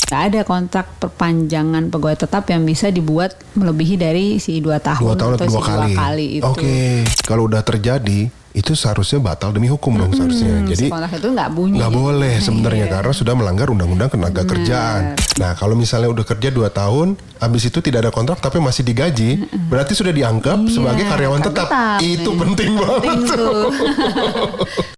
Gak ada kontrak perpanjangan pegawai tetap yang bisa dibuat melebihi dari si 2 tahun, 2 tahun atau atau 2 si 2 kali itu. Oke. Kalau udah terjadi itu seharusnya batal demi hukum dong seharusnya. Jadi kontrak itu nggak bunyi. nggak boleh sebenarnya Iya. karena sudah melanggar undang-undang tenaga kerjaan. Nah kalau misalnya udah kerja 2 tahun, habis itu tidak ada kontrak tapi masih digaji, berarti sudah dianggap Iya, sebagai karyawan tetap. Itu Nah, penting banget. penting tuh.